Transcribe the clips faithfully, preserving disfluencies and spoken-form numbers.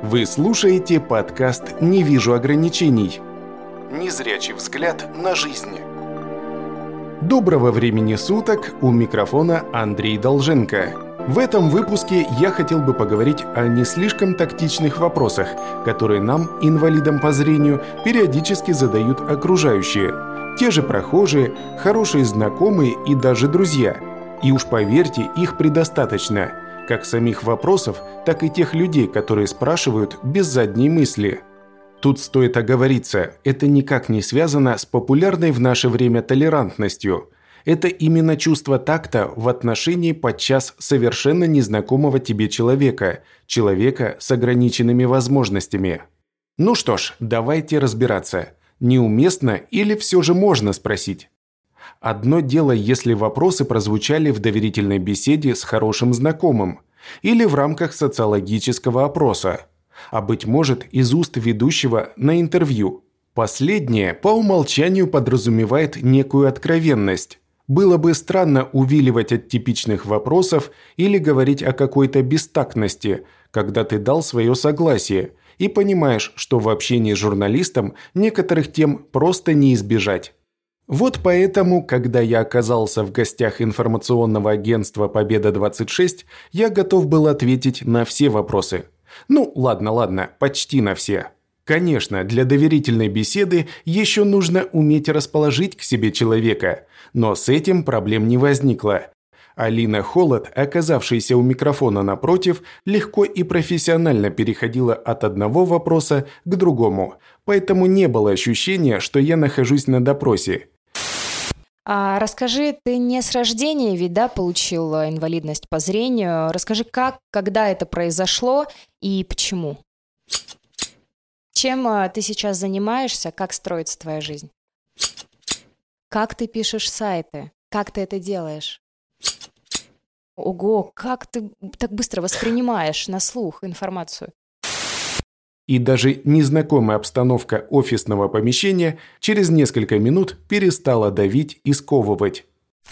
Вы слушаете подкаст «Не вижу ограничений». Незрячий взгляд на жизнь. Доброго времени суток, у микрофона Андрей Долженко. В этом выпуске я хотел бы поговорить о не слишком тактичных вопросах, которые нам, инвалидам по зрению, периодически задают окружающие. Те же прохожие, хорошие знакомые и даже друзья. И уж поверьте, их предостаточно. Как самих вопросов, так и тех людей, которые спрашивают без задней мысли. Тут стоит оговориться, это никак не связано с популярной в наше время толерантностью. Это именно чувство такта в отношении подчас совершенно незнакомого тебе человека, человека с ограниченными возможностями. Ну что ж, давайте разбираться. Неуместно или все же можно спросить? Одно дело, если вопросы прозвучали в доверительной беседе с хорошим знакомым или в рамках социологического опроса, а быть может из уст ведущего на интервью. Последнее по умолчанию подразумевает некую откровенность. Было бы странно увиливать от типичных вопросов или говорить о какой-то бестактности, когда ты дал свое согласие и понимаешь, что в общении с журналистом некоторых тем просто не избежать. Вот поэтому, когда я оказался в гостях информационного агентства «Победа-двадцать шесть», я готов был ответить на все вопросы. Ну, ладно, ладно, почти на все. Конечно, для доверительной беседы еще нужно уметь расположить к себе человека, но с этим проблем не возникло. Алина Холод, оказавшаяся у микрофона напротив, легко и профессионально переходила от одного вопроса к другому, поэтому не было ощущения, что я нахожусь на допросе. А расскажи, ты не с рождения ведь, да, получил инвалидность по зрению. Расскажи, как, когда это произошло и почему? Чем ты сейчас занимаешься, как строится твоя жизнь? Как ты пишешь сайты? Как ты это делаешь? Ого, как ты так быстро воспринимаешь на слух информацию? И даже незнакомая обстановка офисного помещения через несколько минут перестала давить и сковывать.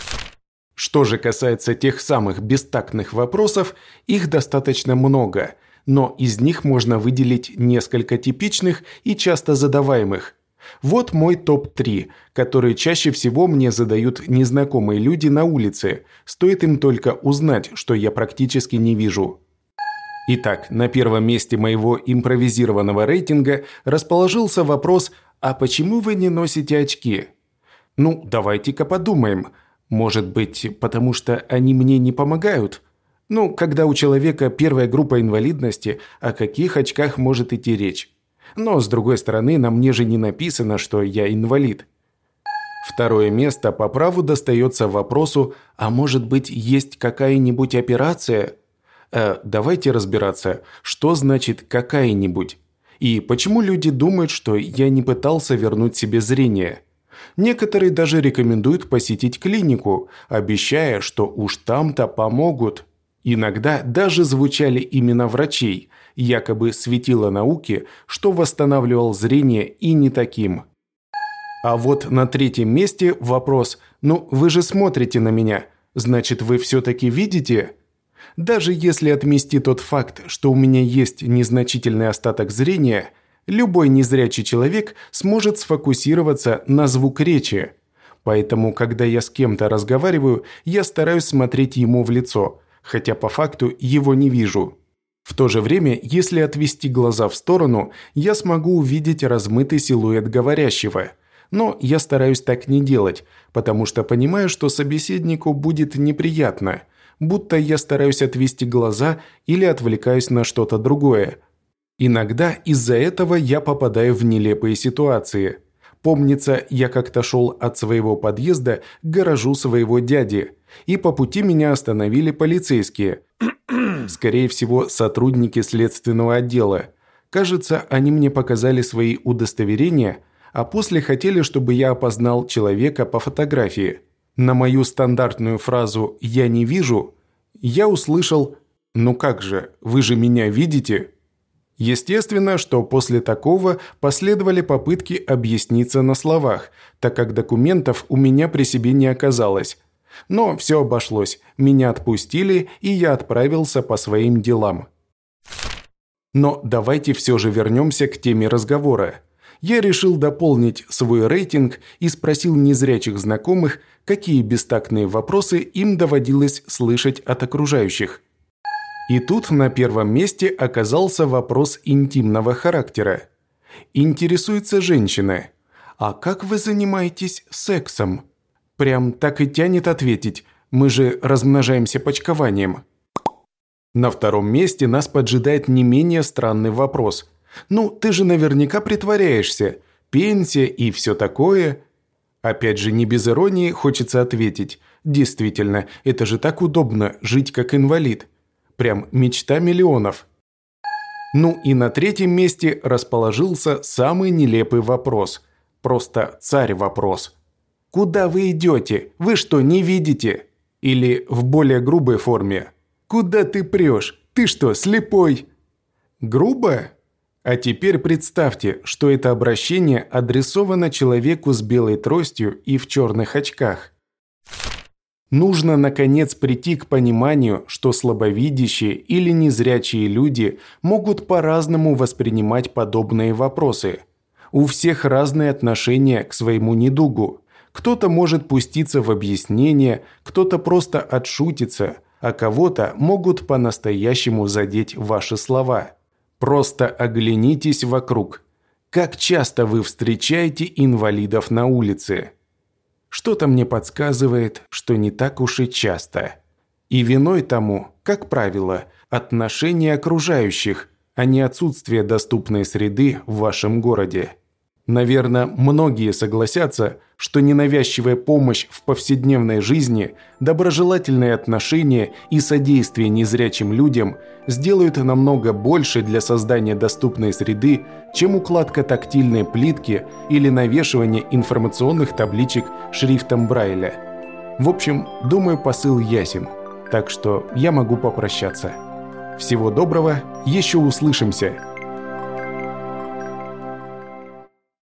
Что же касается тех самых бестактных вопросов, их достаточно много, но из них можно выделить несколько типичных и часто задаваемых. Вот мой топ три, которые чаще всего мне задают незнакомые люди на улице, стоит им только узнать, что я практически не вижу. Итак, на первом месте моего импровизированного рейтинга расположился вопрос «А почему вы не носите очки?» Ну, давайте-ка подумаем. Может быть, потому что они мне не помогают? Ну, когда у человека первая группа инвалидности, о каких очках может идти речь? Но, с другой стороны, на мне же не написано, что я инвалид. Второе место по праву достается вопросу «А может быть, есть какая-нибудь операция?» Э, давайте разбираться, что значит «какая-нибудь». И почему люди думают, что я не пытался вернуть себе зрение? Некоторые даже рекомендуют посетить клинику, обещая, что уж там-то помогут. Иногда даже звучали имена врачей, якобы светило науки, что восстанавливал зрение и не таким. А вот на третьем месте вопрос «Ну, вы же смотрите на меня, значит, вы все-таки видите?» Даже если отмести тот факт, что у меня есть незначительный остаток зрения, любой незрячий человек сможет сфокусироваться на звук речи. Поэтому, когда я с кем-то разговариваю, я стараюсь смотреть ему в лицо, хотя по факту его не вижу. В то же время, если отвести глаза в сторону, я смогу увидеть размытый силуэт говорящего. Но я стараюсь так не делать, потому что понимаю, что собеседнику будет неприятно, будто я стараюсь отвести глаза или отвлекаюсь на что-то другое. Иногда из-за этого я попадаю в нелепые ситуации. Помнится, я как-то шел от своего подъезда к гаражу своего дяди, и по пути меня остановили полицейские. Скорее всего, сотрудники следственного отдела. Кажется, они мне показали свои удостоверения, а после хотели, чтобы я опознал человека по фотографии. На мою стандартную фразу «я не вижу» я услышал «ну как же, вы же меня видите?» Естественно, что после такого последовали попытки объясниться на словах, так как документов у меня при себе не оказалось. Но все обошлось, меня отпустили, и я отправился по своим делам. Но давайте все же вернемся к теме разговора. Я решил дополнить свой рейтинг и спросил незрячих знакомых, какие бестактные вопросы им доводилось слышать от окружающих. И тут на первом месте оказался вопрос интимного характера. Интересуется женщина: «А как вы занимаетесь сексом?» Прям так и тянет ответить: «Мы же размножаемся почкованием». На втором месте нас поджидает не менее странный вопрос. «Ну, ты же наверняка притворяешься. Пенсия и все такое». Опять же, не без иронии хочется ответить: «Действительно, это же так удобно жить как инвалид. Прям мечта миллионов». Ну и на третьем месте расположился самый нелепый вопрос. Просто царь-вопрос. «Куда вы идете? Вы что, не видите?» Или в более грубой форме: «Куда ты прешь? Ты что, слепой?» Грубо? А теперь представьте, что это обращение адресовано человеку с белой тростью и в черных очках. Нужно, наконец, прийти к пониманию, что слабовидящие или незрячие люди могут по-разному воспринимать подобные вопросы. У всех разные отношения к своему недугу. Кто-то может пуститься в объяснение, кто-то просто отшутится, а кого-то могут по-настоящему задеть ваши слова. Просто оглянитесь вокруг. Как часто вы встречаете инвалидов на улице? Что-то мне подсказывает, что не так уж и часто. И виной тому, как правило, отношение окружающих, а не отсутствие доступной среды в вашем городе. Наверное, многие согласятся, что ненавязчивая помощь в повседневной жизни, доброжелательные отношения и содействие незрячим людям сделают намного больше для создания доступной среды, чем укладка тактильной плитки или навешивание информационных табличек шрифтом Брайля. В общем, думаю, посыл ясен, так что я могу попрощаться. Всего доброго, еще услышимся!